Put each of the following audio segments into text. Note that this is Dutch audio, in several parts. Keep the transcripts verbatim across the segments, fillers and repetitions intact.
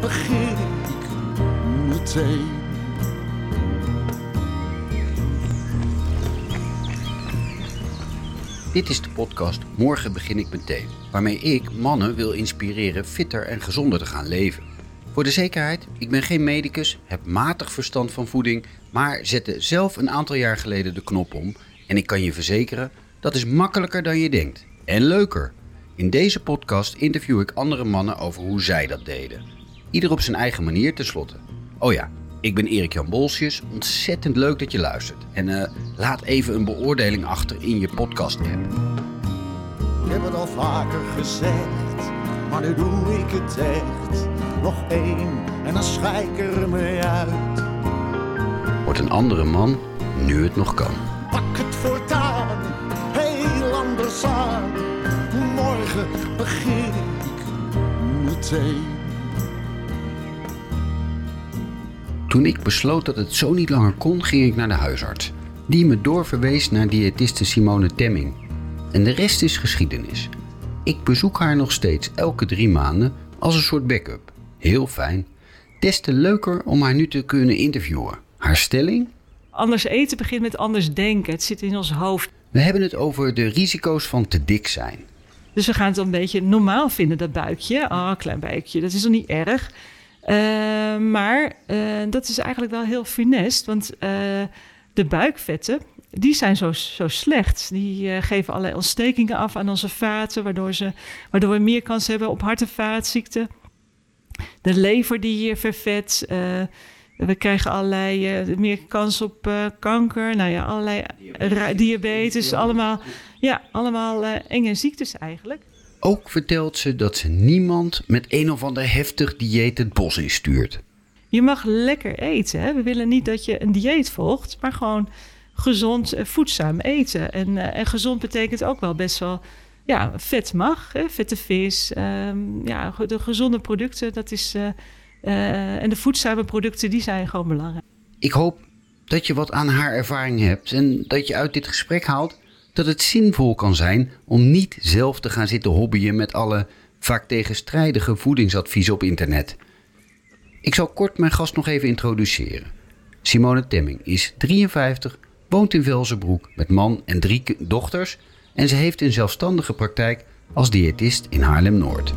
begin ik meteen. Dit is de podcast Morgen begin ik meteen, waarmee ik mannen wil inspireren fitter en gezonder te gaan leven. Voor de zekerheid, ik ben geen medicus, heb matig verstand van voeding, maar zette zelf een aantal jaar geleden de knop om en ik kan je verzekeren, dat is makkelijker dan je denkt. En leuker. In deze podcast interview ik andere mannen over hoe zij dat deden. Ieder op zijn eigen manier tenslotte. Oh ja, ik ben Erik-Jan Bolsjes, ontzettend leuk dat je luistert. En uh, laat even een beoordeling achter in je podcast-app. Ik heb het al vaker gezegd, maar nu doe ik het echt. Nog één en dan schijk ik er mee uit. Word een andere man, nu het nog kan. Pak het voortaan, heel anders aan. Morgen begin ik meteen. Toen ik besloot dat het zo niet langer kon, ging ik naar de huisarts. Die me doorverwees naar diëtiste Simone Temming. En de rest is geschiedenis. Ik bezoek haar nog steeds elke drie maanden als een soort backup. Heel fijn. Des te leuker om haar nu te kunnen interviewen. Haar stelling? Anders eten begint met anders denken. Het zit in ons hoofd. We hebben het over de risico's van te dik zijn. Dus we gaan het dan een beetje normaal vinden, dat buikje. Oh, een klein buikje, dat is nog niet erg. Uh, maar uh, dat is eigenlijk wel heel funest. Want uh, de buikvetten, die zijn zo, zo slecht. Die uh, geven allerlei ontstekingen af aan onze vaten, waardoor, ze, waardoor we meer kans hebben op hart- en vaatziekten. De lever die je vervet. Uh, we krijgen allerlei uh, meer kans op uh, kanker. Nou ja, allerlei ra- diabetes. Allemaal, ja, allemaal uh, enge ziektes eigenlijk. Ook vertelt ze dat ze niemand met een of ander heftig dieet het bos instuurt. Je mag lekker eten. Hè? We willen niet dat je een dieet volgt, maar gewoon gezond, voedzaam eten. En, uh, en gezond betekent ook wel best wel, ja, vet mag. Hè? Vette vis, um, ja, de gezonde producten, dat is, uh, uh, en de voedzame producten, die zijn gewoon belangrijk. Ik hoop dat je wat aan haar ervaring hebt en dat je uit dit gesprek haalt dat het zinvol kan zijn om niet zelf te gaan zitten hobbyen met alle vaak tegenstrijdige voedingsadviezen op internet. Ik zal kort mijn gast nog even introduceren. Simone Temming is drieënvijftig, woont in Velzenbroek met man en drie dochters en ze heeft een zelfstandige praktijk als diëtist in Haarlem-Noord.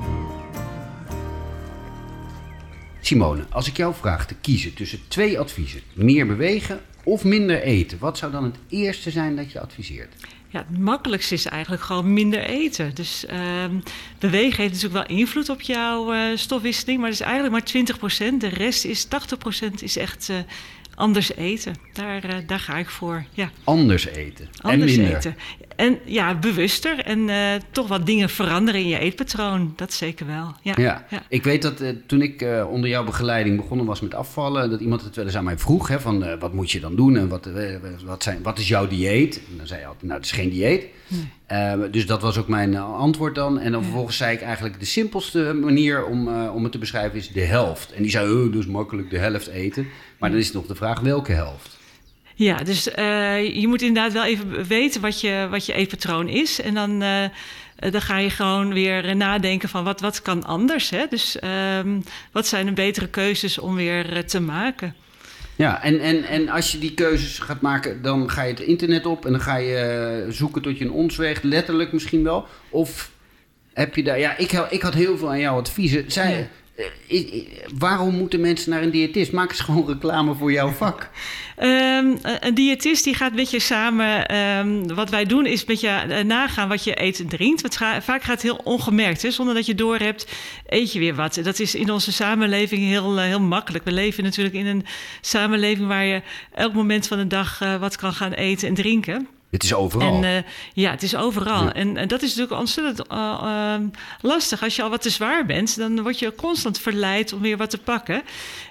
Simone, als ik jou vraag te kiezen tussen twee adviezen, meer bewegen of minder eten, wat zou dan het eerste zijn dat je adviseert? Ja, het makkelijkste is eigenlijk gewoon minder eten. Dus uh, bewegen heeft natuurlijk wel invloed op jouw uh, stofwisseling, maar dat is eigenlijk maar twintig procent. De rest is tachtig procent is echt uh, anders eten. Daar, uh, daar ga ik voor. Ja. Anders eten. Anders en minder. eten. En ja, bewuster en uh, toch wat dingen veranderen in je eetpatroon. Dat zeker wel. Ja, ja. ja. Ik weet dat uh, toen ik uh, onder jouw begeleiding begonnen was met afvallen, dat iemand het wel eens aan mij vroeg, hè, van uh, wat moet je dan doen en wat, uh, wat, zijn, wat is jouw dieet? En dan zei je altijd, nou, het is geen dieet. Nee. Uh, dus dat was ook mijn uh, antwoord dan. En dan ja. vervolgens zei ik eigenlijk de simpelste manier om, uh, om het te beschrijven is de helft. En die zei, oh, dus makkelijk de helft eten. Maar dan is het nog de vraag, welke helft? Ja, dus uh, je moet inderdaad wel even weten wat je, wat je eetpatroon is. En dan, uh, dan ga je gewoon weer nadenken van wat, wat kan anders. Hè? Dus um, wat zijn de betere keuzes om weer uh, te maken? Ja, en, en, en als je die keuzes gaat maken, dan ga je het internet op en dan ga je uh, zoeken tot je een ons weegt, letterlijk misschien wel. Of heb je daar... Ja, ik, ik had heel veel aan jouw adviezen. Zij, ja. uh, uh, waarom moeten mensen naar een diëtist? Maak eens gewoon reclame voor jouw vak. Um, een diëtist die gaat met je samen... Um, wat wij doen is met je uh, nagaan wat je eet en drinkt. Want ga, vaak gaat het heel ongemerkt. Hè? Zonder dat je doorhebt, eet je weer wat. Dat is in onze samenleving heel, uh, heel makkelijk. We leven natuurlijk in een samenleving waar je elk moment van de dag uh, wat kan gaan eten en drinken. Het is overal. En, uh, ja, het is overal. Ja. En uh, dat is natuurlijk ontzettend uh, uh, lastig. Als je al wat te zwaar bent, dan word je constant verleid om weer wat te pakken.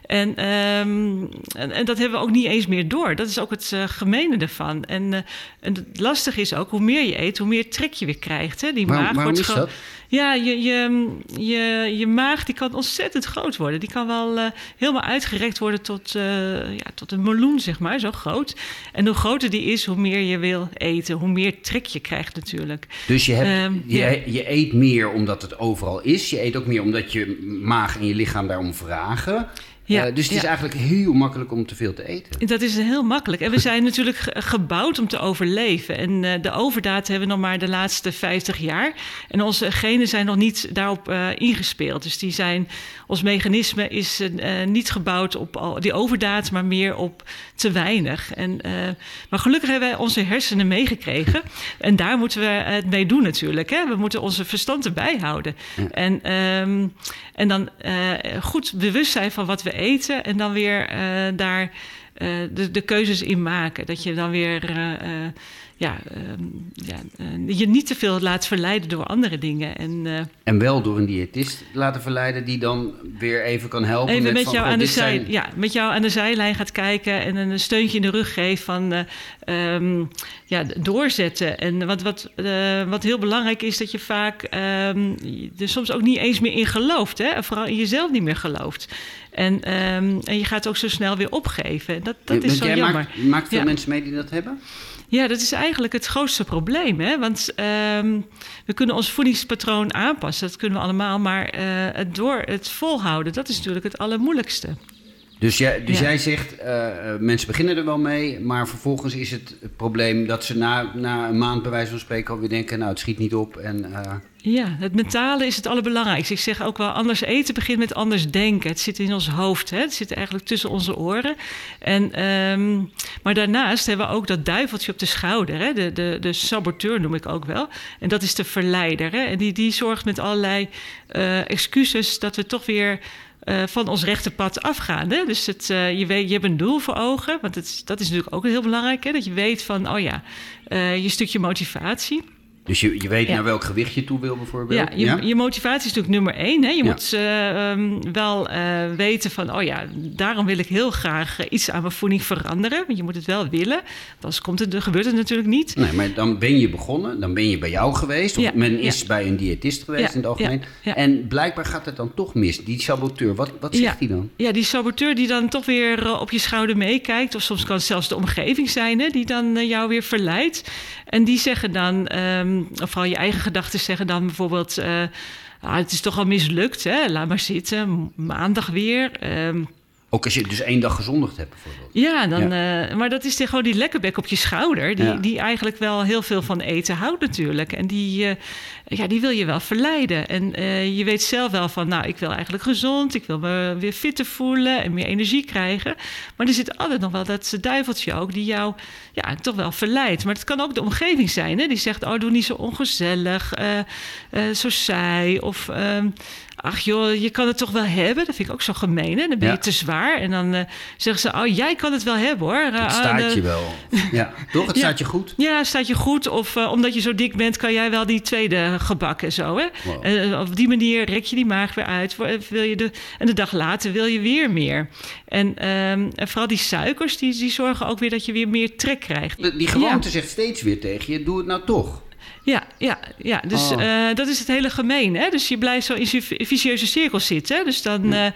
En, um, en, en dat hebben we ook niet eens meer door. Dat is ook het uh, gemene ervan. En, uh, en het lastige is ook, hoe meer je eet, hoe meer trek je weer krijgt. Hè? Die Waar, maag waarom wordt is dat? Ja, je, je, je, je maag die kan ontzettend groot worden. Die kan wel uh, helemaal uitgerekt worden tot, uh, ja, tot een meloen, zeg maar, zo groot. En hoe groter die is, hoe meer je wil eten, hoe meer trek je krijgt natuurlijk. Dus je, hebt, um, je, ja. je eet meer omdat het overal is. Je eet ook meer omdat je maag en je lichaam daarom vragen. Ja, uh, dus het is ja. eigenlijk heel makkelijk om te veel te eten. Dat is heel makkelijk. En we zijn natuurlijk gebouwd om te overleven. En uh, de overdaad hebben we nog maar de laatste vijftig jaar. En onze genen zijn nog niet daarop uh, ingespeeld. Dus die zijn, ons mechanisme is uh, niet gebouwd op al die overdaad, maar meer op te weinig. En, uh, maar gelukkig hebben wij onze hersenen meegekregen. En daar moeten we het mee doen natuurlijk. Hè? We moeten onze verstand erbij houden. Ja. En, um, en dan uh, goed bewust zijn van wat we eten en dan weer uh, daar uh, de, de keuzes in maken. Dat je dan weer uh, uh, ja, uh, ja, uh, je niet te veel laat verleiden door andere dingen. En, uh, en wel door een diëtist laten verleiden die dan weer even kan helpen. Even met, met, van, van, jou aan de zij, zijn... ja, met jou aan de zijlijn gaat kijken en een steuntje in de rug geeft van uh, um, ja, doorzetten. En wat, wat, uh, wat heel belangrijk is, dat je vaak um, er soms ook niet eens meer in gelooft. Hè? En vooral in jezelf niet meer gelooft. En, um, en je gaat ook zo snel weer opgeven. Dat, dat is zo jij jammer. Maakt, maakt veel ja. mensen mee die dat hebben? Ja, dat is eigenlijk het grootste probleem. Hè? Want um, we kunnen ons voedingspatroon aanpassen. Dat kunnen we allemaal. Maar uh, het door het volhouden, dat is natuurlijk het allermoeilijkste. Dus, jij, dus ja. jij zegt, uh, mensen beginnen er wel mee, maar vervolgens is het, het probleem dat ze na, na een maand bij wijze van spreken alweer denken, nou het schiet niet op. En, uh... Ja, het mentale is het allerbelangrijkste. Ik zeg ook wel, anders eten begint met anders denken. Het zit in ons hoofd, hè? Het zit eigenlijk tussen onze oren. En, um, maar daarnaast hebben we ook dat duiveltje op de schouder, hè? De, de, de saboteur noem ik ook wel. En dat is de verleider. Hè? En die, die zorgt met allerlei uh, excuses dat we toch weer Uh, van ons rechte pad afgaan. Hè? Dus het, uh, je, weet, je hebt een doel voor ogen. Want het, dat is natuurlijk ook heel belangrijk. Hè? Dat je weet van, oh ja, uh, je stukje motivatie. Dus je, je weet ja. naar welk gewicht je toe wil bijvoorbeeld? Ja, je, ja? je motivatie is natuurlijk nummer één. Hè? Je ja. moet uh, um, wel uh, weten van, oh ja, daarom wil ik heel graag uh, iets aan mijn voeding veranderen. Want je moet het wel willen. Anders komt het, gebeurt het natuurlijk niet. Nee, maar dan ben je begonnen. Dan ben je bij jou geweest. Of ja. men is ja. bij een diëtist geweest ja. in het algemeen. Ja. Ja. En blijkbaar gaat het dan toch mis. Die saboteur, wat, wat zegt ja. die dan? Ja, die saboteur die dan toch weer uh, op je schouder meekijkt. Of soms kan het zelfs de omgeving zijn, hè, die dan uh, jou weer verleidt. En die zeggen dan, um, of vooral je eigen gedachten zeggen dan bijvoorbeeld, Uh, ah, het is toch al mislukt, hè? Laat maar zitten, maandag weer. Um, Ook als je dus één dag gezondigd hebt bijvoorbeeld. Ja, dan, ja. Uh, maar dat is de, gewoon die lekkerbek op je schouder. Die, ja. die eigenlijk wel heel veel van eten houdt natuurlijk. En die, uh, ja, die wil je wel verleiden. En uh, je weet zelf wel van, nou, ik wil eigenlijk gezond. Ik wil me weer fitter voelen en meer energie krijgen. Maar er zit altijd nog wel dat duiveltje ook die jou ja, toch wel verleidt. Maar het kan ook de omgeving zijn, hè? Die zegt, oh, doe niet zo ongezellig, uh, uh, zo saai of Uh, ach joh, je kan het toch wel hebben? Dat vind ik ook zo gemeen, hè? Dan ben je ja. te zwaar. En dan uh, zeggen ze, oh, jij kan het wel hebben, hoor. Het uh, staat uh, je wel. Ja, toch? Het ja. staat je goed? Ja, het staat je goed. Of uh, omdat je zo dik bent, kan jij wel die tweede gebak en zo, hè? Wow. Uh, op die manier rek je die maag weer uit. Wil je de, en de dag later wil je weer meer. En, um, en vooral die suikers, die, die zorgen ook weer dat je weer meer trek krijgt. Die gewoonte ja. zegt steeds weer tegen je, doe het nou toch. Ja, ja, ja. Dus oh. uh, dat is het hele gemeen. Hè? Dus je blijft zo in een vicieuze cirkel zitten. Hè? Dus dan, uh,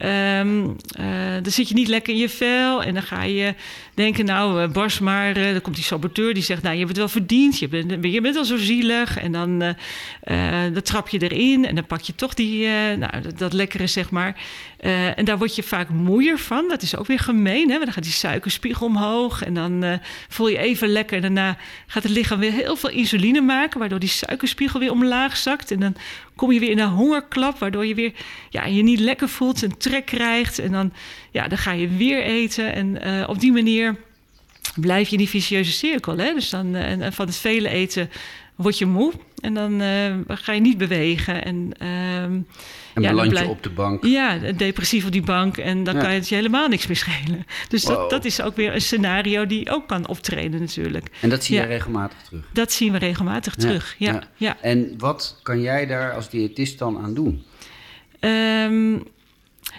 um, uh, dan zit je niet lekker in je vel. En dan ga je denken, nou, uh, Bars maar. Uh, dan komt die saboteur die zegt, nou, je hebt het wel verdiend. Je bent, je bent al zo zielig. En dan, uh, uh, dan trap je erin. En dan pak je toch die, uh, nou, dat, dat lekkere, zeg maar. Uh, en daar word je vaak moeier van. Dat is ook weer gemeen. Hè? Want dan gaat die suikerspiegel omhoog. En dan uh, voel je even lekker. En daarna gaat het lichaam weer heel veel insuline maken, waardoor die suikerspiegel weer omlaag zakt. En dan kom je weer in een hongerklap, waardoor je weer ja, je niet lekker voelt en trek krijgt. En dan, ja, dan ga je weer eten. En uh, op die manier blijf je in die vicieuze cirkel. Hè? Dus dan, uh, en van het vele eten word je moe. En dan uh, ga je niet bewegen. En, uh, en ja, beland je blijf, op de bank. Ja, depressief op die bank. En dan ja. kan je het je helemaal niks meer schelen. Dus wow. dat, dat is ook weer een scenario die ook kan optreden natuurlijk. En dat zie je ja. regelmatig terug? Dat zien we regelmatig ja. terug, ja. Ja. ja. En wat kan jij daar als diëtist dan aan doen? Um,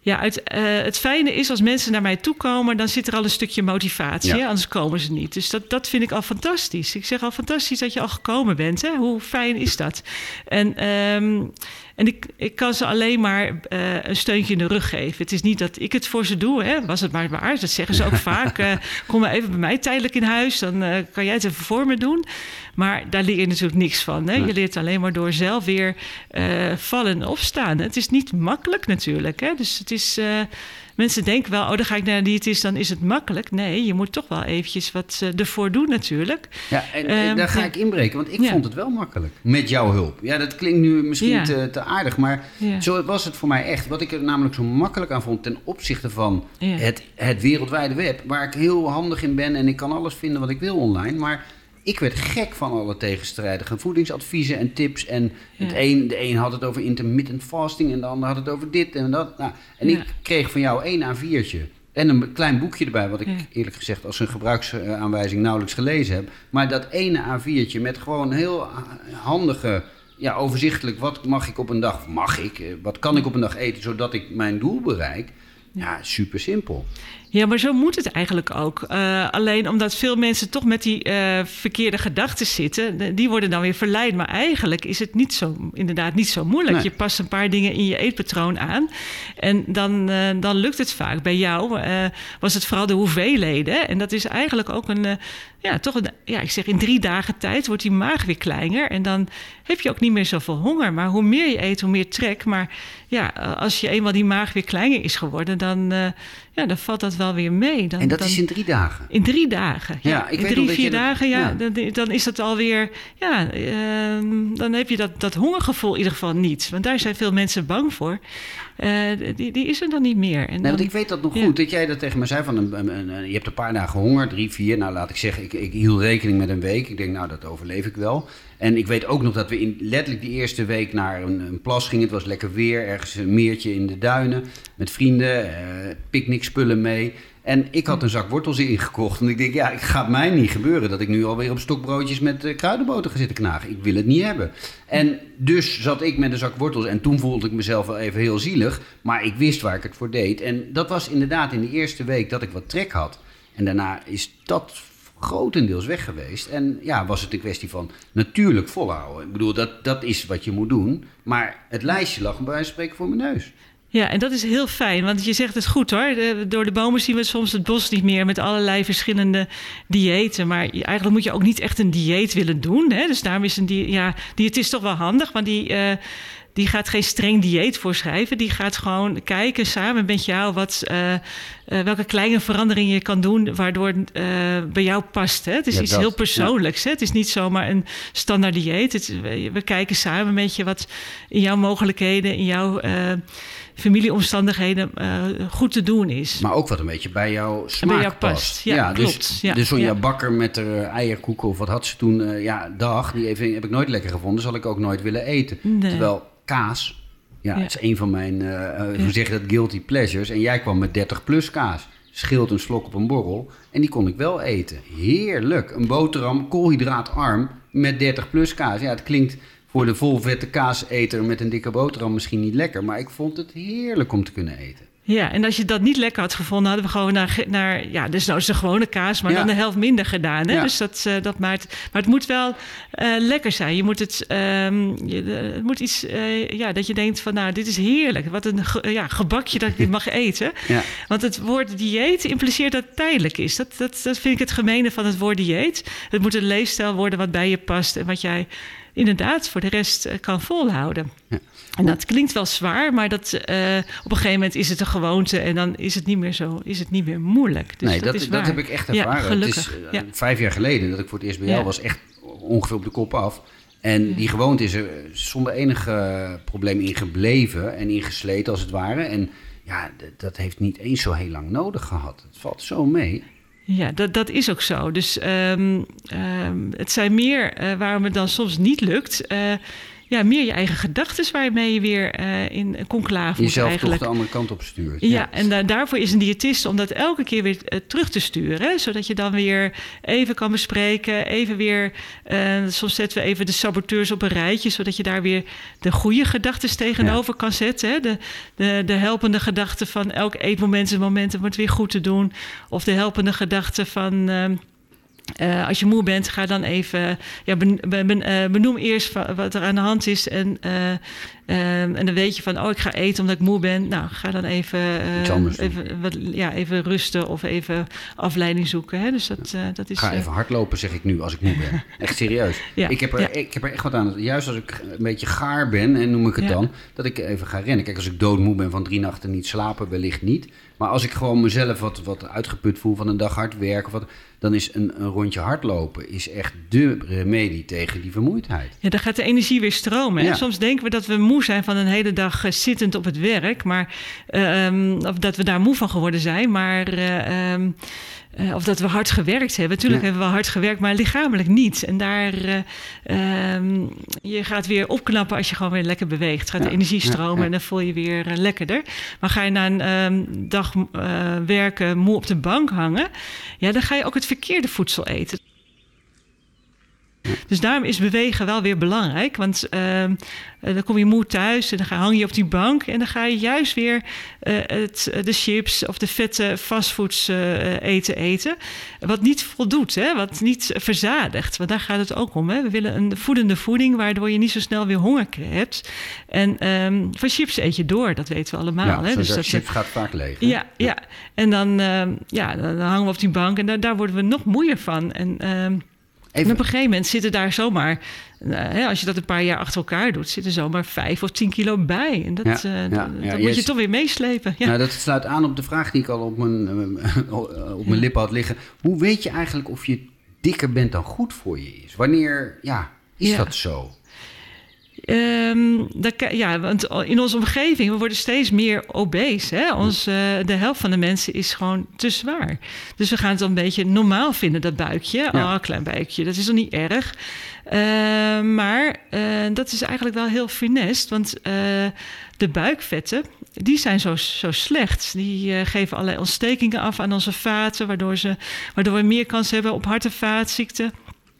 Ja, uit, uh, het fijne is als mensen naar mij toe komen, dan zit er al een stukje motivatie. Ja. Hè? Anders komen ze niet. Dus dat, dat vind ik al fantastisch. Ik zeg al fantastisch dat je al gekomen bent. Hè? Hoe fijn is dat? En, um, en ik, ik kan ze alleen maar uh, een steuntje in de rug geven. Het is niet dat ik het voor ze doe. Hè? Was het maar waar. Dat zeggen ze ook vaak. Uh, kom maar even bij mij tijdelijk in huis. Dan uh, kan jij het even voor me doen. Maar daar leer je natuurlijk niks van. Hè? Nee. Je leert alleen maar door zelf weer uh, vallen en opstaan. Het is niet makkelijk natuurlijk. Hè? Dus het is... Uh, mensen denken wel, oh, dan ga ik naar een diëtist, dan is het makkelijk. Nee, je moet toch wel eventjes wat uh, ervoor doen natuurlijk. Ja, en, en Um, daar ga ja. ik inbreken, want ik Ja. vond het wel makkelijk. Met jouw hulp. Ja, dat klinkt nu misschien Ja. te, te aardig, maar Ja. zo was het voor mij echt. Wat ik er namelijk zo makkelijk aan vond ten opzichte van Ja. het, het wereldwijde web, waar ik heel handig in ben en ik kan alles vinden wat ik wil online, maar ik werd gek van alle tegenstrijdige voedingsadviezen en tips. En het Ja. een, de een had het over intermittent fasting en de ander had het over dit en dat. Nou, en Ja. ik kreeg van jou één A viertje. En een klein boekje erbij, wat ik Ja. eerlijk gezegd als een gebruiksaanwijzing nauwelijks gelezen heb. Maar dat ene A viertje met gewoon heel handige, ja, overzichtelijk, wat mag ik op een dag, mag ik, eh, wat kan ik op een dag eten, zodat ik mijn doel bereik. Ja, super simpel. Ja, maar zo moet het eigenlijk ook. Uh, alleen omdat veel mensen toch met die uh, verkeerde gedachten zitten, de, die worden dan weer verleid. Maar eigenlijk is het niet zo, inderdaad niet zo moeilijk. Nee. Je past een paar dingen in je eetpatroon aan en dan, uh, dan lukt het vaak. Bij jou uh, was het vooral de hoeveelheden. En dat is eigenlijk ook een, uh, ja, toch een, ja, ik zeg in drie dagen tijd wordt die maag weer kleiner. En dan heb je ook niet meer zoveel honger. Maar hoe meer je eet, hoe meer trek. Maar ja, als je eenmaal die maag weer kleiner is geworden, dan, uh, ja, dan valt dat wel weer mee. Dan, En dat dan, is in drie dagen? In drie dagen, ja. Ja, ik in weet drie, nog dat vier je dat- dagen, ja, ja. Dan, dan is het alweer... Ja, uh, dan heb je dat, dat hongergevoel in ieder geval niet. Want daar zijn veel mensen bang voor. Uh, die, die is er dan niet meer. En Nee, dan, want ik weet dat nog ja. goed, dat jij dat tegen me zei van, een, een, een- je hebt een paar dagen honger, drie, vier. Nou, laat ik zeggen, ik, ik hield rekening met een week. Ik denk, nou, dat overleef ik wel. En ik weet ook nog dat we in letterlijk die eerste week naar een, een plas gingen. Het was lekker weer, ergens een meertje in de duinen, met vrienden, uh, picknickspullen mee. En ik had een zak wortels ingekocht. En ik denk, ja, het gaat mij niet gebeuren dat ik nu alweer op stokbroodjes met uh, kruidenboter ga zitten knagen. Ik wil het niet hebben. En dus zat ik met een zak wortels en toen voelde ik mezelf wel even heel zielig. Maar ik wist waar ik het voor deed. En dat was inderdaad in de eerste week dat ik wat trek had. En daarna is dat grotendeels weg geweest. En ja, was het een kwestie van natuurlijk volhouden. Ik bedoel, dat, dat is wat je moet doen. Maar het lijstje lag bij wijze van spreken voor mijn neus. Ja, en dat is heel fijn, want je zegt het goed hoor. De, door de bomen zien we soms het bos niet meer met allerlei verschillende diëten. Maar je, eigenlijk moet je ook niet echt een dieet willen doen. Hè? Dus daarom is een die, ja, diëtist toch wel handig, want die... Uh, Die gaat geen streng dieet voorschrijven. Die gaat gewoon kijken samen met jou wat, uh, uh, welke kleine veranderingen je kan doen waardoor het uh, bij jou past. Hè? Het is Ja, iets dat, heel persoonlijks. ja. Hè? Het is niet zomaar een standaard dieet. Het, we, we kijken samen met je wat in jouw mogelijkheden, in jouw uh, familieomstandigheden uh, goed te doen is. Maar ook wat een beetje bij jouw smaak bij jou past. past. Ja, dus, klopt. Ja, dus Sonja ja. Bakker met haar eierkoeken of wat had ze toen? Uh, ja, dag, die even, heb ik nooit lekker gevonden. Zal ik ook nooit willen eten. Nee. Terwijl kaas, ja, Ja. het is een van mijn, uh, uh, Ja. hoe zeg je dat, guilty pleasures. En jij kwam met dertig plus kaas. Scheelt een slok op een borrel. En die kon ik wel eten. Heerlijk. Een boterham, koolhydraatarm met dertig plus kaas. Ja, het klinkt voor de volvette kaaseter met een dikke boterham misschien niet lekker. Maar ik vond het heerlijk om te kunnen eten. Ja, en als je dat niet lekker had gevonden, hadden we gewoon naar, naar ja, dus nou is de gewone kaas, maar Ja. dan de helft minder gedaan. Hè? Ja. Dus dat, uh, dat maakt, maar het moet wel uh, lekker zijn. Je moet het, um, je, uh, het moet iets, uh, ja, dat je denkt van, nou, dit is heerlijk. Wat een ge, ja, gebakje dat ik dit mag eten. Ja. Want het woord dieet impliceert dat het tijdelijk is. Dat, dat, dat vind ik het gemene van het woord dieet. Het moet een leefstijl worden wat bij je past en wat jij inderdaad voor de rest uh, kan volhouden. Ja. En dat klinkt wel zwaar, maar dat, uh, op een gegeven moment is het een gewoonte en dan is het niet meer zo, is het niet meer moeilijk. Dus nee, dat, dat, is dat waar. heb ik echt Ja, ervaren. gelukkig. Het is uh, Ja. vijf jaar geleden dat ik voor het eerst bij jou Ja. was, echt ongeveer op de kop af. En Ja. die gewoonte is er zonder enige probleem in gebleven en ingesleten als het ware. En ja, d- dat heeft niet eens zo heel lang nodig gehad. Het valt zo mee. Ja, dat, dat is ook zo. Dus um, um, het zijn meer uh, waarom het dan soms niet lukt. Uh, ja, meer je eigen gedachten waarmee je weer uh, in conclave moet jezelf eigenlijk. toch de andere kant op stuurt. Ja, Ja, en uh, daarvoor is een diëtist om dat elke keer weer uh, terug te sturen. Hè? Zodat je dan weer even kan bespreken. Even weer, uh, soms zetten we even de saboteurs op een rijtje. Zodat je daar weer de goede gedachten tegenover ja. kan zetten. Hè? De, de, de helpende gedachten van elk eetmoment is een moment om het weer goed te doen. Of de helpende gedachten van... Uh, Uh, als je moe bent, ga dan even... Ja, ben, ben, uh, benoem eerst wat er aan de hand is. En, uh, uh, en dan weet je van... oh, ik ga eten omdat ik moe ben. Nou, ga dan even, uh, even, wat, ja, even rusten of even afleiding zoeken. Hè? Dus dat, uh, dat is, ga even hardlopen, zeg ik nu, als ik moe ben. Echt serieus. Ja, ik, heb er, ja. ik heb er echt wat aan. Juist als ik een beetje gaar ben, en noem ik het ja. dan... dat ik even ga rennen. Kijk, als ik doodmoe ben van drie nachten niet slapen, wellicht niet... Maar als ik gewoon mezelf wat, wat uitgeput voel van een dag hard werken... Of wat, dan is een, een rondje hardlopen is echt dé remedie tegen die vermoeidheid. Ja, dan gaat de energie weer stromen. Ja. Soms denken we dat we moe zijn van een hele dag uh, zittend op het werk. Maar, uh, um, of dat we daar moe van geworden zijn. Maar... Uh, um, Uh, of dat we hard gewerkt hebben. Natuurlijk ja. hebben we hard gewerkt, maar lichamelijk niet. En daar, uh, um, je gaat weer opknappen als je gewoon weer lekker beweegt. Gaat ja. de energie stromen ja, ja. en dan voel je weer uh, lekkerder. Maar ga je na een um, dag uh, werken, moe op de bank hangen... ja, dan ga je ook het verkeerde voedsel eten. Dus daarom is bewegen wel weer belangrijk. Want uh, dan kom je moe thuis en dan hang je op die bank... en dan ga je juist weer uh, het, de chips of de vette fastfoods uh, eten eten... wat niet voldoet, hè? Wat niet verzadigt. Want daar gaat het ook om. Hè? We willen een voedende voeding... waardoor je niet zo snel weer honger hebt. En um, van chips eet je door, dat weten we allemaal. Ja, hè? Dus dat chips gaat vaak leeg. Hè? Ja, ja, en dan, uh, ja, dan hangen we op die bank... en daar, daar worden we nog moeier van. En... Uh, Even. En op een gegeven moment zitten daar zomaar... Uh, als je dat een paar jaar achter elkaar doet... zitten zomaar vijf of tien kilo bij. En dat, ja, uh, ja, dat ja, moet je yes. toch weer meeslepen. Ja. Nou, dat sluit aan op de vraag die ik al op mijn, uh, op mijn lippen had liggen. Hoe weet je eigenlijk of je dikker bent dan goed voor je is? Wanneer ja, is ja. dat zo? Um, dat, ja, want in onze omgeving, we worden steeds meer obese. Hè? Ons, uh, de helft van de mensen is gewoon te zwaar. Dus we gaan het dan een beetje normaal vinden, dat buikje. Ja. Oh, klein buikje, dat is nog niet erg. Uh, maar uh, dat is eigenlijk wel heel funest. Want uh, de buikvetten, die zijn zo, zo slecht. Die uh, geven allerlei ontstekingen af aan onze vaten... waardoor, ze, waardoor we meer kans hebben op hart- en vaatziekten.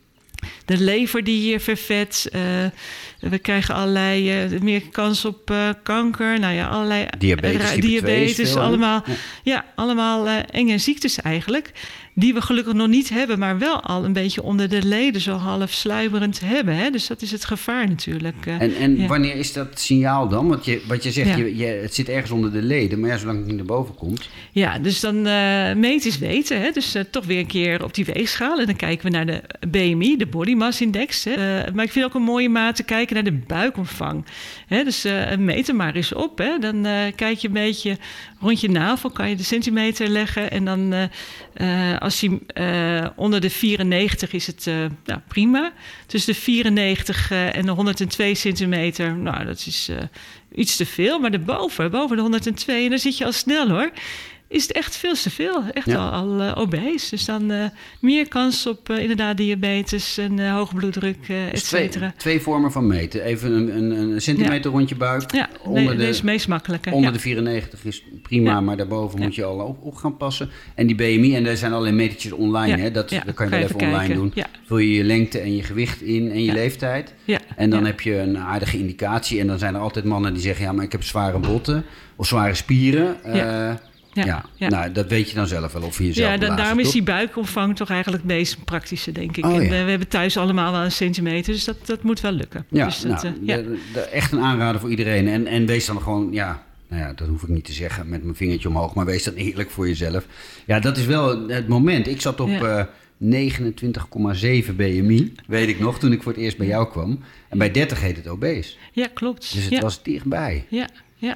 De lever die hier vervet. Uh, we krijgen allerlei uh, meer kans op uh, kanker. Nou ja, allerlei diabetes, uh, diabetes allemaal, ja. ja, allemaal uh, enge ziektes eigenlijk. Die we gelukkig nog niet hebben, maar wel al een beetje onder de leden zo half sluimerend hebben. Hè? Dus dat is het gevaar natuurlijk. Uh, en en ja. wanneer is dat signaal dan? Want je, wat je zegt, ja. je, je, het zit ergens onder de leden, maar ja, zolang het niet naar boven komt. Ja, dus dan uh, meten is weten. Hè? Dus uh, toch weer een keer op die weegschaal. En dan kijken we naar de B M I, de Body Mass Index. Hè? Uh, maar ik vind ook een mooie maat te kijken naar de buikomvang. Hè? Dus uh, meet er maar eens op. Hè? Dan uh, kijk je een beetje rond je navel, kan je de centimeter leggen. En dan uh, uh, als hij uh, onder de vierennegentig is het uh, nou, prima. Tussen de vierennegentig uh, en de honderdtwee centimeter, nou dat is uh, iets te veel. Maar daarboven, boven de honderdtwee, en dan zit je al snel hoor... is het echt veel te veel. Echt ja. al, al uh, obese. Dus dan uh, meer kans op uh, inderdaad diabetes en uh, hoge bloeddruk, uh, et cetera. Twee, twee vormen van meten. Even een, een, een centimeter ja. rond je buik. Ja, onder nee, de, is het meest makkelijke. Onder ja. de vierennegentig is prima, ja. maar daarboven ja. moet je al op, op gaan passen. En die B M I, en daar zijn allerlei metertjes online. Ja. Hè? Dat, ja. dat kan je wel even, even online doen. Ja. Vul je je lengte en je gewicht in en je ja. leeftijd. Ja. En dan ja. heb je een aardige indicatie. En dan zijn er altijd mannen die zeggen... ja, maar ik heb zware botten of zware spieren... Ja. Uh, Ja, ja, ja, nou, dat weet je dan zelf wel of je jezelf Ja, dan, daarom is die buikomvang toch eigenlijk het meest praktische, denk ik. Oh, en, ja. uh, we hebben thuis allemaal wel een centimeter, dus dat, dat moet wel lukken. Ja, dus dat, nou, uh, ja. de, de, echt een aanrader voor iedereen. En, en wees dan gewoon, ja, nou ja, dat hoef ik niet te zeggen met mijn vingertje omhoog, maar wees dan eerlijk voor jezelf. Ja, dat is wel het moment. Ik zat op ja. uh, negenentwintig komma zeven B M I, weet ik nog, toen ik voor het eerst bij jou kwam. En bij dertig heet het obese. Ja, klopt. Dus het ja. was dichtbij. Ja, ja.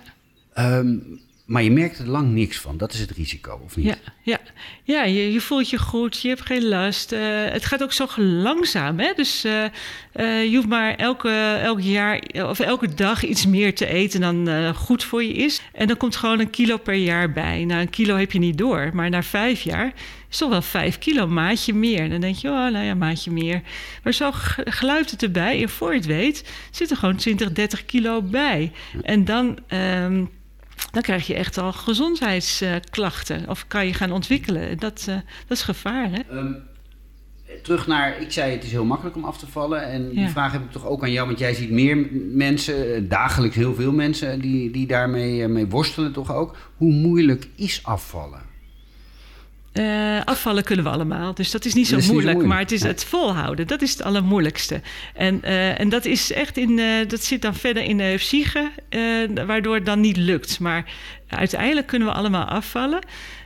Um, Maar je merkt er lang niks van. Dat is het risico, of niet? Ja, ja. ja je, je voelt je goed, je hebt geen last. Uh, het gaat ook zo langzaam. Hè? Dus uh, uh, je hoeft maar elke, elk jaar of elke dag iets meer te eten dan uh, goed voor je is. En dan komt gewoon een kilo per jaar bij. Nou, een kilo heb je niet door. Maar na vijf jaar is toch wel vijf kilo, maatje meer. Dan denk je, oh, nou ja, maatje meer. Maar zo gluipt het erbij. En voor je het weet, zit er gewoon twintig, dertig kilo bij. En dan, um, dan krijg je echt al gezondheidsklachten. Of kan je gaan ontwikkelen. Dat, uh, dat is gevaar, hè? Um, terug naar, ik zei het is heel makkelijk om af te vallen. En die ja. vraag heb ik toch ook aan jou. Want jij ziet meer mensen, dagelijks heel veel mensen... die, die daarmee mee worstelen toch ook. Hoe moeilijk is afvallen? Uh, afvallen kunnen we allemaal, dus dat is niet zo, is moeilijk, niet zo moeilijk. Maar het is het volhouden, dat is het allermoeilijkste. En, uh, en dat is echt in, uh, dat zit dan verder in de psyche, uh, waardoor het dan niet lukt. Maar uiteindelijk kunnen we allemaal afvallen.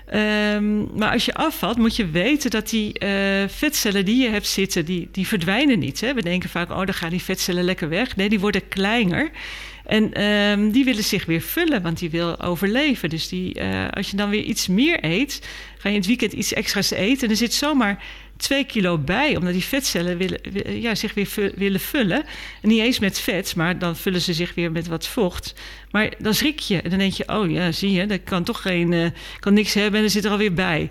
Um, maar als je afvalt, moet je weten dat die uh, vetcellen die je hebt zitten, die, die verdwijnen niet. Hè? We denken vaak, oh, dan gaan die vetcellen lekker weg. Nee, die worden kleiner. En um, die willen zich weer vullen, want die wil overleven. Dus die, uh, als je dan weer iets meer eet, ga je in het weekend iets extra's eten... en er zit zomaar twee kilo bij, omdat die vetcellen willen, ja, zich weer vu- willen vullen. En niet eens met vet, maar dan vullen ze zich weer met wat vocht. Maar dan schrik je en dan denk je, oh ja, zie je, dat kan toch geen, uh, kan niks hebben en er zit er alweer bij.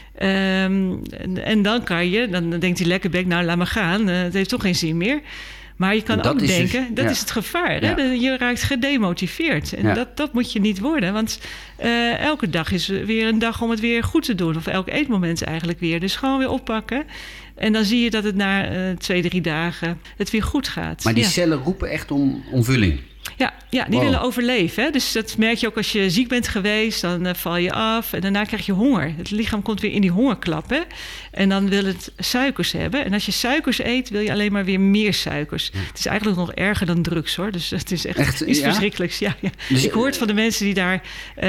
Um, en, en dan kan je, dan, dan denkt die lekkerbek, nou laat maar gaan, uh, het heeft toch geen zin meer... Maar je kan ook denken, dus, dat ja. is het gevaar. Hè? Ja. Je raakt gedemotiveerd. En ja. dat, dat moet je niet worden. Want uh, elke dag is weer een dag om het weer goed te doen. Of elk eetmoment eigenlijk weer. Dus gewoon weer oppakken. En dan zie je dat het na uh, twee, drie dagen het weer goed gaat. Maar die ja. cellen roepen echt om, om vulling. Ja, ja, die wow. willen overleven. Hè? Dus dat merk je ook als je ziek bent geweest. Dan uh, val je af en daarna krijg je honger. Het lichaam komt weer in die hongerklap. Hè? En dan wil het suikers hebben. En als je suikers eet, wil je alleen maar weer meer suikers. Ja. Het is eigenlijk nog erger dan drugs, hoor. Dus het is echt, echt iets ja? verschrikkelijks. Ja, ja. Dus, ik hoor het van de mensen die daar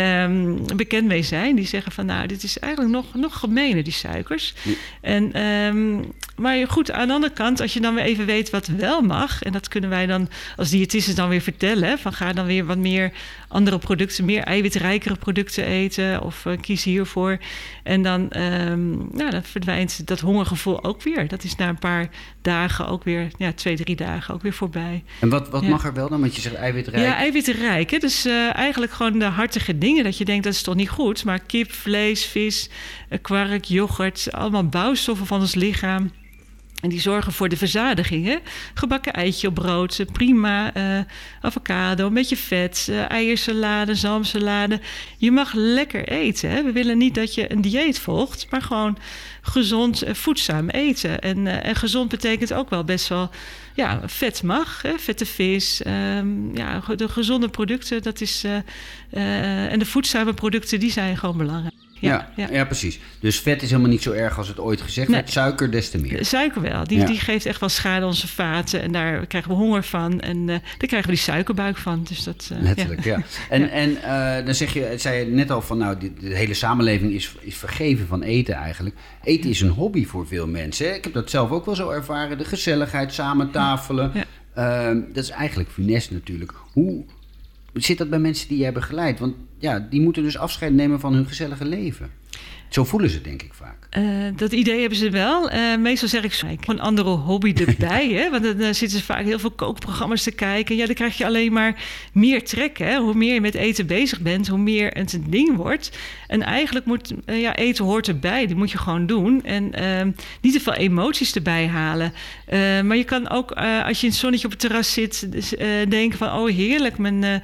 um, bekend mee zijn. Die zeggen van, nou, dit is eigenlijk nog, nog gemener, die suikers. Ja. En, um, maar goed, aan de andere kant, als je dan weer even weet wat wel mag... en dat kunnen wij dan als diëtisten dan weer vertellen... van ga dan weer wat meer andere producten... meer eiwitrijkere producten eten... of uh, kies hiervoor. En dan, um, nou, dan verdwijnt dat hongergevoel ook weer. Dat is na een paar dagen ook weer... ja, twee, drie dagen ook weer voorbij. En wat, wat ja. mag er wel dan? Want je zegt eiwitrijk. Ja, eiwitrijk. Hè? Dus uh, eigenlijk gewoon de hartige dingen... dat je denkt, dat is toch niet goed. Maar kip, vlees, vis, kwark, yoghurt... allemaal bouwstoffen van ons lichaam... En die zorgen voor de verzadiging. Hè? Gebakken eitje op brood, prima. Uh, avocado, een beetje vet. Uh, eiersalade, zalmsalade. Je mag lekker eten. Hè? We willen niet dat je een dieet volgt, maar gewoon gezond, uh, voedzaam eten. En, uh, en gezond betekent ook wel best wel... Ja, vet mag, hè? Vette vis. Um, ja, de gezonde producten, dat is... Uh, uh, en de voedzame producten, die zijn gewoon belangrijk. Ja, ja, ja. ja, precies. Dus vet is helemaal niet zo erg als het ooit gezegd nee. werd. Suiker des te meer. Suiker wel. Die, ja. die geeft echt wel schade aan onze vaten. En daar krijgen we honger van. En uh, daar krijgen we die suikerbuik van. Dus dat, uh, Letterlijk, ja. ja. En, ja. en uh, dan zeg je, zei je net al van... nou, de, de hele samenleving is, is vergeven van eten eigenlijk. Eten is een hobby voor veel mensen. Hè? Ik heb dat zelf ook wel zo ervaren. De gezelligheid, samen tafelen. Ja. Uh, dat is eigenlijk funest natuurlijk. Hoe zit dat bij mensen die jij begeleidt? Want ja, die moeten dus afscheid nemen van hun gezellige leven. Zo voelen ze het, denk ik, vaak. Uh, dat idee hebben ze wel. Uh, meestal zeg ik zo, een andere hobby erbij. Hè? Want dan uh, zitten ze vaak heel veel kookprogramma's te kijken. Ja, dan krijg je alleen maar meer trek. Hè? Hoe meer je met eten bezig bent, hoe meer het een ding wordt. En eigenlijk moet, uh, ja, eten hoort erbij. Die moet je gewoon doen. En uh, niet te veel emoties erbij halen. Uh, maar je kan ook, uh, als je in het zonnetje op het terras zit... Uh, denken van, oh heerlijk, mijn... Uh,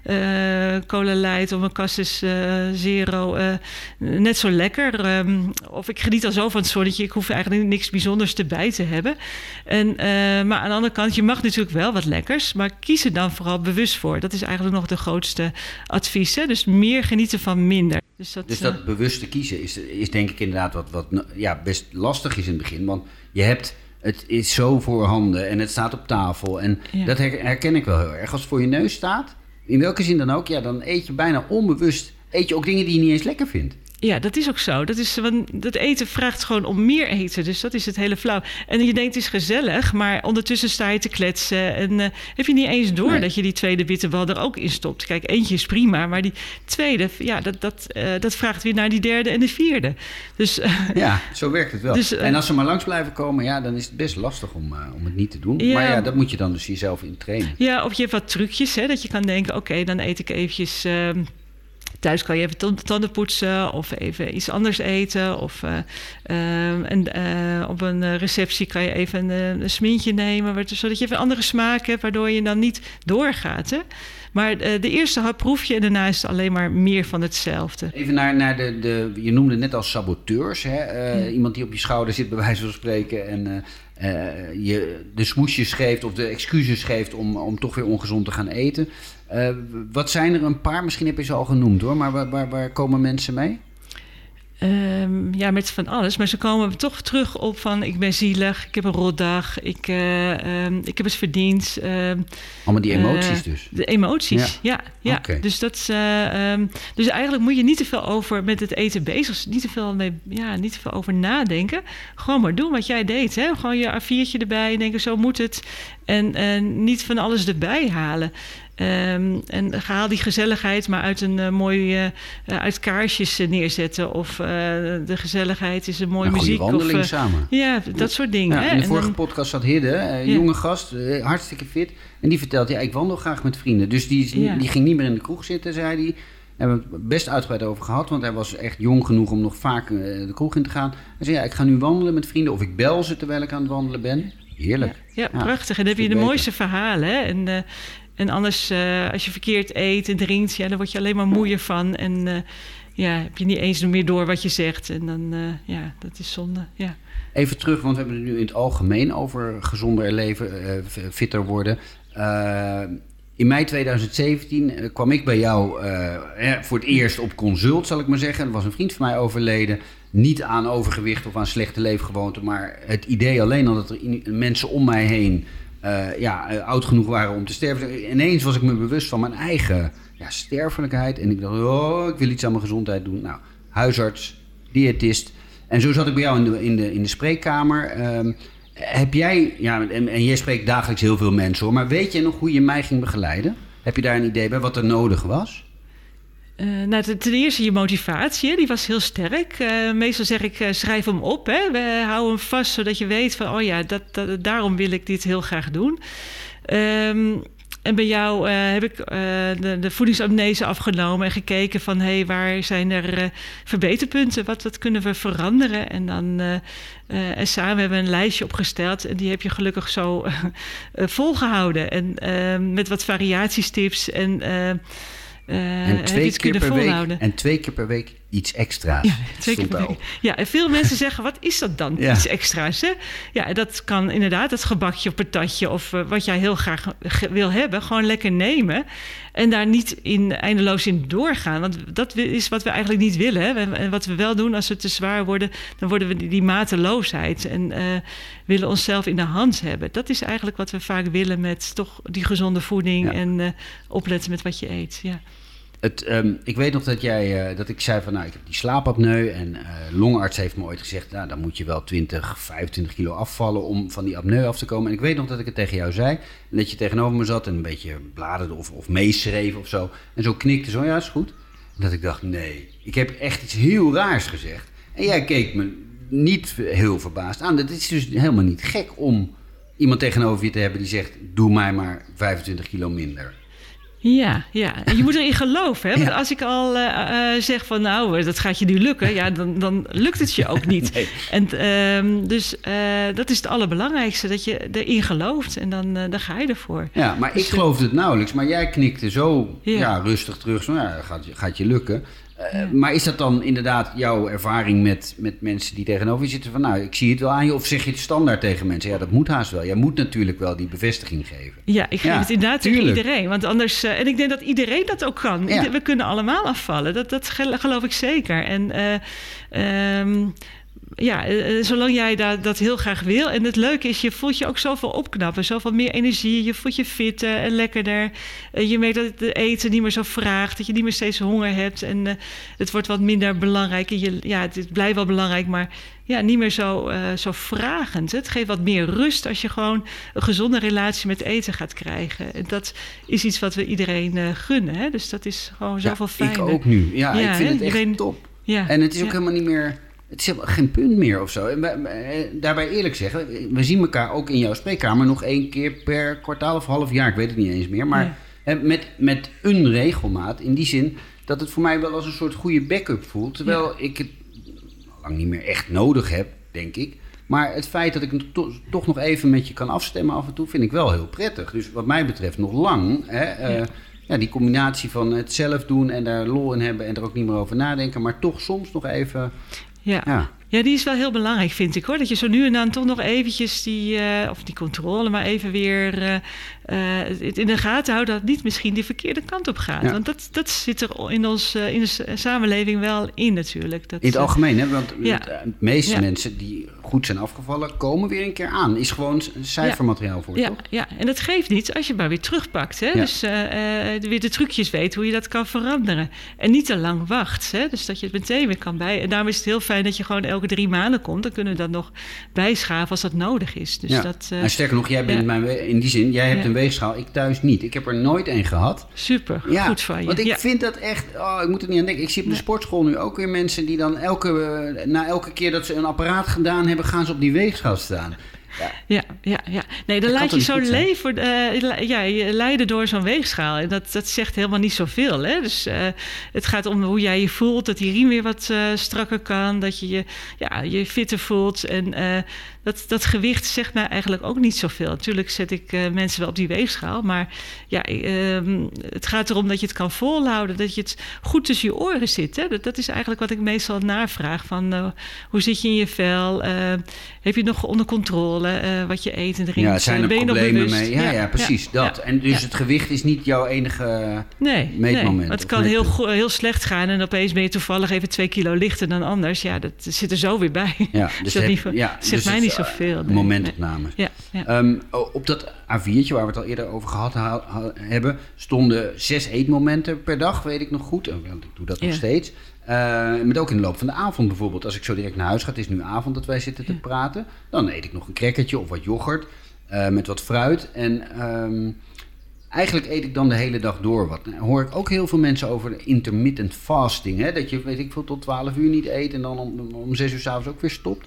Uh, Cola Light of mijn Cassis uh, Zero. Uh, net zo lekker. Um, of ik geniet al zo van het zonnetje. Ik hoef eigenlijk niks bijzonders erbij te hebben. En, uh, maar aan de andere kant, je mag natuurlijk wel wat lekkers. Maar kies er dan vooral bewust voor. Dat is eigenlijk nog de grootste advies. Hè? Dus meer genieten van minder. Dus dat, dus dat uh, bewuste kiezen is, is denk ik inderdaad wat, wat ja, best lastig is in het begin. Want je hebt... Het is zo voorhanden en het staat op tafel. En ja. dat herken ik wel heel erg. Als het voor je neus staat... In welke zin dan ook, ja, dan eet je bijna onbewust... eet je ook dingen die je niet eens lekker vindt. Ja, dat is ook zo. Dat, is, want dat eten vraagt gewoon om meer eten. Dus dat is het hele flauw. En je denkt, het is gezellig, maar ondertussen sta je te kletsen. En uh, heb je niet eens door nee. dat je die tweede bitterbal er ook in stopt. Kijk, eentje is prima, maar die tweede... ja, dat, dat, uh, dat vraagt weer naar die derde en de vierde. Dus, uh, ja, zo werkt het wel. Dus, uh, en als ze maar langs blijven komen, ja, dan is het best lastig om, uh, om het niet te doen. Ja, maar ja, dat moet je dan dus jezelf in trainen. Ja, of je hebt wat trucjes, hè, dat je kan denken... oké, okay, dan eet ik eventjes... Uh, Thuis kan je even tanden poetsen of even iets anders eten. Of uh, uh, en, uh, op een receptie kan je even een, een smintje nemen, zodat je even een andere smaak hebt, waardoor je dan niet doorgaat. Hè? Maar uh, de eerste hap proef je en daarna is het alleen maar meer van hetzelfde. Even naar, naar de, de, je noemde het net als saboteurs. Hè? Uh, ja. Iemand die op je schouder zit, bij wijze van spreken, en uh, uh, je de smoesjes geeft of de excuses geeft om, om toch weer ongezond te gaan eten. Uh, wat zijn er een paar? Misschien heb je ze al genoemd hoor, maar waar, waar, waar komen mensen mee? Um, ja, met van alles. Maar ze komen toch terug op van ik ben zielig, ik heb een rotdag, ik, uh, um, ik heb het verdiend. Uh, Allemaal die emoties uh, dus? De emoties, ja. ja, ja. Okay. Dus, dat, uh, um, dus eigenlijk moet je niet te veel over met het eten bezig zijn. Niet te veel, mee, ja, niet te veel over nadenken. Gewoon maar doen wat jij deed. Hè? Gewoon je A viertje erbij en denken zo moet het. En uh, niet van alles erbij halen. Um, en haal die gezelligheid maar uit een uh, mooi uh, uit kaarsjes uh, neerzetten. Of uh, de gezelligheid is een mooie een muziek. Een wandeling of, uh, samen. Ja, dat ja. soort dingen. Ja, hè? in de en vorige dan, podcast zat Hidde, uh, ja. jonge gast, uh, hartstikke fit. En die vertelt, ja, ik wandel graag met vrienden. Dus die, ja. die ging niet meer in de kroeg zitten, zei hij. Daar hebben we het best uitgebreid over gehad. Want hij was echt jong genoeg om nog vaak uh, de kroeg in te gaan. Hij zei, ja, ik ga nu wandelen met vrienden. Of ik bel ze terwijl ik aan het wandelen ben. Heerlijk. Ja, ja, ja prachtig. En dan heb je de beter. mooiste verhalen. Hè? En, uh, en anders, uh, als je verkeerd eet en drinkt, ja, dan word je alleen maar moeier van. En uh, ja, heb je niet eens meer door wat je zegt. En dan, uh, ja, dat is zonde. Ja. Even terug, want we hebben het nu in het algemeen over gezonder leven, uh, fitter worden. Uh, in mei tweeduizend zeventien uh, kwam ik bij jou uh, eh, voor het eerst op consult, zal ik maar zeggen. Er was een vriend van mij overleden. Niet aan overgewicht of aan slechte leefgewoonten, maar het idee alleen al dat er in, mensen om mij heen uh, ja, uh, oud genoeg waren om te sterven. Ineens was ik me bewust van mijn eigen ja, sterfelijkheid. En ik dacht, oh, ik wil iets aan mijn gezondheid doen. Nou, huisarts, diëtist. En zo zat ik bij jou in de, in de, in de spreekkamer. Um, heb jij, ja, en, en jij spreekt dagelijks heel veel mensen hoor, maar weet je nog hoe je mij ging begeleiden? Heb je daar een idee bij wat er nodig was? Uh, nou, ten, ten eerste je motivatie, die was heel sterk. Uh, meestal zeg ik, uh, schrijf hem op. Hè. We houden hem vast, zodat je weet van, oh ja, dat, dat, daarom wil ik dit heel graag doen. Um, en bij jou uh, heb ik uh, de, de voedingsamnese afgenomen en gekeken van, hé, hey, waar zijn er uh, verbeterpunten? Wat, wat kunnen we veranderen? En dan uh, uh, en samen hebben we een lijstje opgesteld en die heb je gelukkig zo uh, uh, volgehouden. En uh, met wat variatiestips en... Uh, Uh, en, twee keer per week, en twee keer per week iets extra's. Ja, twee keer per week. Ja, en veel mensen zeggen, wat is dat dan, ja. iets extra's? Hè? Ja, dat kan inderdaad het gebakje of patatje of uh, wat jij heel graag ge- wil hebben, gewoon lekker nemen. En daar niet in, eindeloos in doorgaan. Want dat is wat we eigenlijk niet willen. Hè? En wat we wel doen, als we te zwaar worden, dan worden we die, die mateloosheid. En uh, willen onszelf in de hand hebben. Dat is eigenlijk wat we vaak willen met toch die gezonde voeding. Ja. En uh, opletten met wat je eet. Ja. Het, um, ik weet nog dat, jij, uh, dat ik zei van, nou, ik heb die slaapapneu. En uh, longarts heeft me ooit gezegd, nou, dan moet je wel twintig, vijfentwintig kilo afvallen om van die apneu af te komen. En ik weet nog dat ik het tegen jou zei. En dat je tegenover me zat en een beetje bladerde of, of meeschreef of zo. En zo knikte zo, ja, is goed. En dat ik dacht, nee, ik heb echt iets heel raars gezegd. En jij keek me niet heel verbaasd aan. Het is dus helemaal niet gek om iemand tegenover je te hebben die zegt, doe mij maar vijfentwintig kilo minder. Ja, ja. En je moet erin geloven. Hè? Want ja. als ik al uh, uh, zeg van nou, dat gaat je nu lukken, ja, dan, dan lukt het je ook niet. Nee. En uh, dus uh, dat is het allerbelangrijkste, dat je erin gelooft en dan, uh, dan ga je ervoor. Ja, maar dus, ik geloofde het nauwelijks, maar jij knikte zo ja. Ja, rustig terug, zo ja, gaat, gaat je lukken. Uh, ja. Maar is dat dan inderdaad jouw ervaring met, met mensen die tegenover je zitten van nou, ik zie het wel aan je, of zeg je het standaard tegen mensen? Ja, dat moet haast wel. Jij moet natuurlijk wel die bevestiging geven. Ja, ik geef ja, het inderdaad tegen iedereen. Want anders, uh, en ik denk dat iedereen dat ook kan. Ja. We kunnen allemaal afvallen. Dat, dat geloof ik zeker. En uh, um, ja, uh, zolang jij dat, dat heel graag wil. En het leuke is, je voelt je ook zoveel opknappen. Zoveel meer energie. Je voelt je fitter en lekkerder. Uh, je merkt dat het eten niet meer zo vraagt. Dat je niet meer steeds honger hebt. En uh, het wordt wat minder belangrijk. En je, ja, het, het blijft wel belangrijk, maar ja, niet meer zo, uh, zo vragend. Het geeft wat meer rust als je gewoon een gezonde relatie met eten gaat krijgen. En dat is iets wat we iedereen uh, gunnen. Hè? Dus dat is gewoon zoveel ja, fijner. Ik ook nu. Ja, ja ik vind hè? het echt iedereen... top. Ja, en het is ook ja. helemaal niet meer... Het is helemaal geen punt meer of zo. En wij, daarbij eerlijk zeggen, we zien elkaar ook in jouw spreekkamer nog één keer per kwartaal of half jaar. Ik weet het niet eens meer. Maar ja. met, met een regelmaat in die zin dat het voor mij wel als een soort goede backup voelt. Terwijl ja. ik het lang niet meer echt nodig heb, denk ik. Maar het feit dat ik het to- toch nog even met je kan afstemmen af en toe, vind ik wel heel prettig. Dus wat mij betreft nog lang. Hè, uh, ja. Ja, die combinatie van het zelf doen en daar lol in hebben en er ook niet meer over nadenken. Maar toch soms nog even... Ja. ja. Ja, die is wel heel belangrijk, vind ik hoor. Dat je zo nu en dan toch nog eventjes die, uh, of die controle, maar even weer uh, uh, het in de gaten houdt dat het niet misschien die verkeerde kant op gaat. Ja. Want dat, dat zit er in, ons, uh, in de samenleving wel in natuurlijk. Dat, in het algemeen, hè? Want ja. de meeste ja. mensen die goed zijn afgevallen, komen weer een keer aan. Is gewoon cijfermateriaal ja. voor, ja. toch? Ja, en dat geeft niet als je maar weer terugpakt. Hè? Ja. Dus uh, uh, weer de trucjes weet hoe je dat kan veranderen. En niet te lang wacht. Hè? Dus dat je het meteen weer kan bij. En daarom is het heel fijn dat je gewoon elke drie maanden komt. Dan kunnen we dat nog bijschaven als dat nodig is. Dus ja. dat, uh, en sterker nog, jij bent ja. mijn we- in die zin, jij hebt ja. een weegschaal, ik thuis niet. Ik heb er nooit een gehad. Super, ja, goed van je. Want ik ja. vind dat echt, oh, ik moet er niet aan denken. Ik zie op de ja. sportschool nu ook weer mensen die dan elke, na elke keer dat ze een apparaat gedaan hebben, gaan ze op die weegschaal staan. Ja, ja, ja. ja. Nee, dan laat je zo leven, uh, ja, je leiden door zo'n weegschaal. En dat, dat zegt helemaal niet zoveel. Hè? Dus uh, het gaat om hoe jij je voelt, dat die riem weer wat uh, strakker kan, dat je je, ja, je fitter voelt. En uh, dat, dat gewicht zegt mij eigenlijk ook niet zoveel. Natuurlijk zet ik uh, mensen wel op die weegschaal, maar ja, uh, het gaat erom dat je het kan volhouden, dat je het goed tussen je oren zit. Hè? Dat, dat is eigenlijk wat ik meestal navraag. Van, uh, hoe zit je in je vel? Uh, heb je het nog onder controle? Uh, wat je eet en drinkt. Ja, zijn er ben je problemen nog mee? Ja, ja, ja precies ja, dat. Ja, en dus ja. het gewicht is niet jouw enige nee, meetmoment. Nee, het kan heel, go- heel slecht gaan en opeens ben je toevallig even twee kilo lichter dan anders. Ja, dat zit er zo weer bij. Ja, dus dus dat heb, niet, ja, zegt dus mij het, niet zoveel. Nee, momentopname. Nee. Ja, ja. Um, op dat A viertje waar we het al eerder over gehad ha- ha- hebben, stonden zes eetmomenten per dag, weet ik nog goed. Ik doe dat nog ja. steeds. Uh, met ook in de loop van de avond bijvoorbeeld. Als ik zo direct naar huis ga, het is nu avond dat wij zitten te ja. praten. Dan eet ik nog een crackertje of wat yoghurt uh, met wat fruit. En um, eigenlijk eet ik dan de hele dag door wat. Dan hoor ik ook heel veel mensen over de intermittent fasting. Hè? Dat je, weet ik veel, tot twaalf uur niet eet en dan om, om zes uur 's avonds ook weer stopt.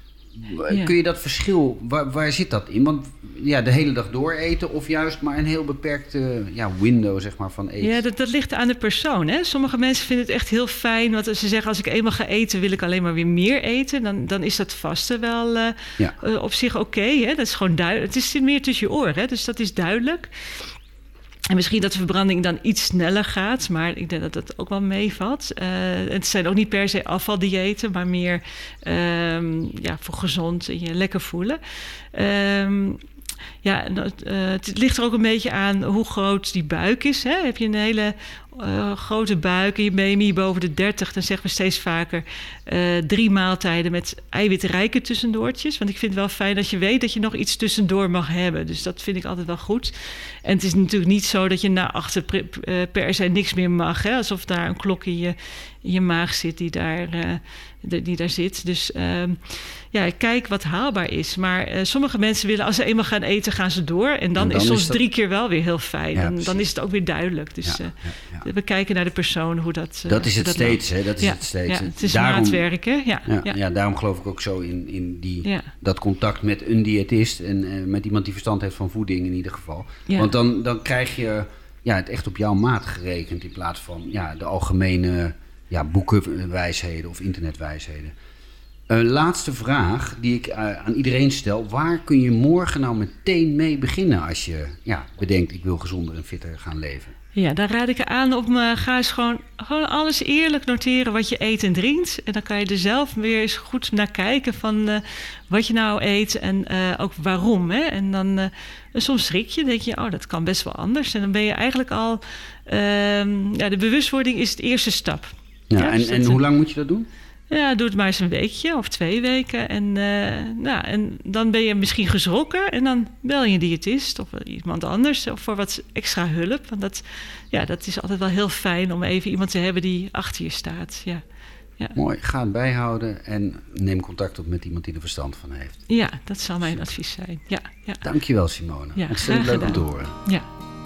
Ja. Kun je dat verschil, waar, waar zit dat in? Want ja, de hele dag door eten of juist maar een heel beperkte ja, window zeg maar, van eten? Ja, dat, dat ligt aan de persoon. Hè? Sommige mensen vinden het echt heel fijn. Want ze zeggen, als ik eenmaal ga eten, wil ik alleen maar weer meer eten. Dan, dan is dat vasten wel uh, ja. uh, op zich oké. Okay, dat is gewoon duidelijk. Het zit meer tussen je oren, hè? Dus dat is duidelijk. En misschien dat de verbranding dan iets sneller gaat, maar ik denk dat dat ook wel meevalt. Uh, het zijn ook niet per se afvaldiëten, maar meer um, ja, voor gezond en je lekker voelen. Um, ja, uh, het ligt er ook een beetje aan hoe groot die buik is. Hè? Heb je een hele uh, grote buik en je B M I boven de dertig... dan zeggen we steeds vaker uh, drie maaltijden met eiwitrijke tussendoortjes. Want ik vind het wel fijn dat je weet dat je nog iets tussendoor mag hebben. Dus dat vind ik altijd wel goed. En het is natuurlijk niet zo dat je na achter per se niks meer mag. Hè? Alsof daar een klok in je, in je maag zit die daar, uh, de, die daar zit. Dus uh, ja, kijk wat haalbaar is. Maar uh, sommige mensen willen, als ze eenmaal gaan eten, gaan ze door. En dan, en dan is soms is dat... drie keer wel weer heel fijn. Ja, en dan is het ook weer duidelijk. Dus ja, uh, ja, ja. we kijken naar de persoon, hoe dat... Uh, dat is het dat steeds, hè? Dat is ja, het steeds. Ja, het is daarom, maatwerk, hè? Ja, ja, ja. ja, daarom geloof ik ook zo in, in die, ja. dat contact met een diëtist. En uh, met iemand die verstand heeft van voeding in ieder geval. Ja. Want dan, dan krijg je ja, het echt op jouw maat gerekend. In plaats van ja, de algemene ja, boekenwijsheden of internetwijsheden. Uh, laatste vraag die ik uh, aan iedereen stel. Waar kun je morgen nou meteen mee beginnen als je ja, bedenkt ik wil gezonder en fitter gaan leven? Ja, daar raad ik je aan om uh, ga eens gewoon, gewoon alles eerlijk noteren wat je eet en drinkt. En dan kan je er zelf weer eens goed naar kijken van uh, wat je nou eet en uh, ook waarom. Hè? En dan uh, soms schrik je, denk je, oh, dat kan best wel anders. En dan ben je eigenlijk al, uh, ja, de bewustwording is het eerste stap. Ja, ja, en, dus en hoe lang moet je dat doen? Ja, doe het maar eens een weekje of twee weken. En, uh, nou, en dan ben je misschien geschrokken. En dan bel je een diëtist of iemand anders voor wat extra hulp. Want dat, ja, dat is altijd wel heel fijn om even iemand te hebben die achter je staat. Ja. Ja. Mooi, ga het bijhouden en neem contact op met iemand die er verstand van heeft. Ja, dat zal mijn advies zijn. Ja, ja. Dankjewel, Simone. Ja, ontzettend leuk om te horen. Ja.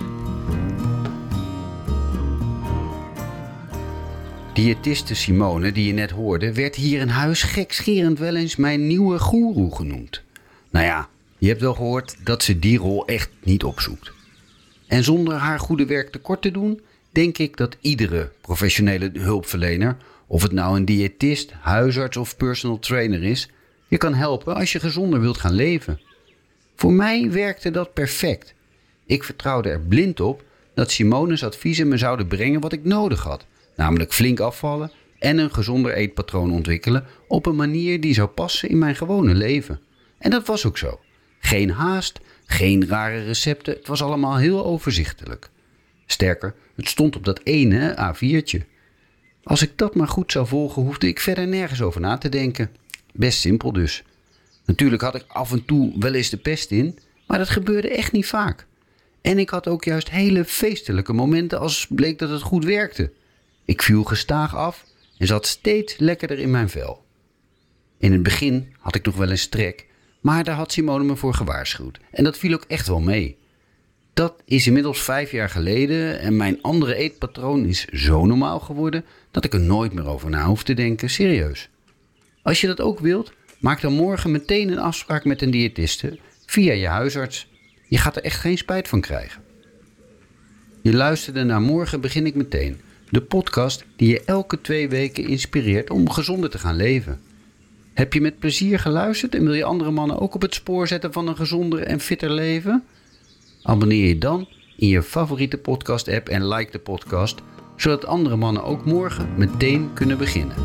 Diëtiste Simone, die je net hoorde, werd hier in huis gekscherend wel eens mijn nieuwe goeroe genoemd. Nou ja, je hebt wel gehoord dat ze die rol echt niet opzoekt. En zonder haar goede werk tekort te doen, denk ik dat iedere professionele hulpverlener, of het nou een diëtist, huisarts of personal trainer is, je kan helpen als je gezonder wilt gaan leven. Voor mij werkte dat perfect. Ik vertrouwde er blind op dat Simone's adviezen me zouden brengen wat ik nodig had. Namelijk flink afvallen en een gezonder eetpatroon ontwikkelen op een manier die zou passen in mijn gewone leven. En dat was ook zo. Geen haast, geen rare recepten, het was allemaal heel overzichtelijk. Sterker, het stond op dat ene A viertje. Als ik dat maar goed zou volgen, hoefde ik verder nergens over na te denken. Best simpel dus. Natuurlijk had ik af en toe wel eens de pest in, maar dat gebeurde echt niet vaak. En ik had ook juist hele feestelijke momenten als bleek dat het goed werkte. Ik viel gestaag af en zat steeds lekkerder in mijn vel. In het begin had ik nog wel eens trek, maar daar had Simone me voor gewaarschuwd. En dat viel ook echt wel mee. Dat is inmiddels vijf jaar geleden en mijn andere eetpatroon is zo normaal geworden dat ik er nooit meer over na hoef te denken, serieus. Als je dat ook wilt, maak dan morgen meteen een afspraak met een diëtiste via je huisarts. Je gaat er echt geen spijt van krijgen. Je luisterde naar Morgen begin ik meteen, de podcast die je elke twee weken inspireert om gezonder te gaan leven. Heb je met plezier geluisterd en wil je andere mannen ook op het spoor zetten van een gezonder en fitter leven? Abonneer je dan in je favoriete podcast-app en like de podcast, zodat andere mannen ook morgen meteen kunnen beginnen.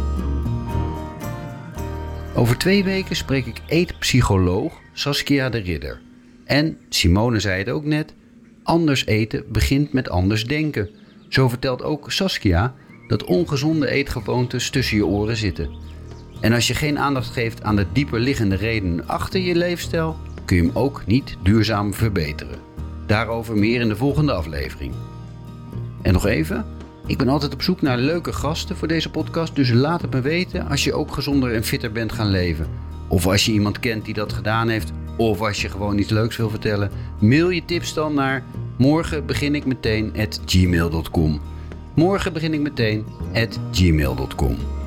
Over twee weken spreek ik eetpsycholoog Saskia de Ridder. En, Simone zei het ook net, anders eten begint met anders denken. Zo vertelt ook Saskia dat ongezonde eetgewoontes tussen je oren zitten. En als je geen aandacht geeft aan de dieper liggende redenen achter je leefstijl, kun je hem ook niet duurzaam verbeteren. Daarover meer in de volgende aflevering. En nog even, ik ben altijd op zoek naar leuke gasten voor deze podcast, dus laat het me weten als je ook gezonder en fitter bent gaan leven. Of als je iemand kent die dat gedaan heeft, of als je gewoon iets leuks wil vertellen, mail je tips dan naar morgen begin ik meteen at gmail dot com. morgen begin ik meteen at gmail dot com.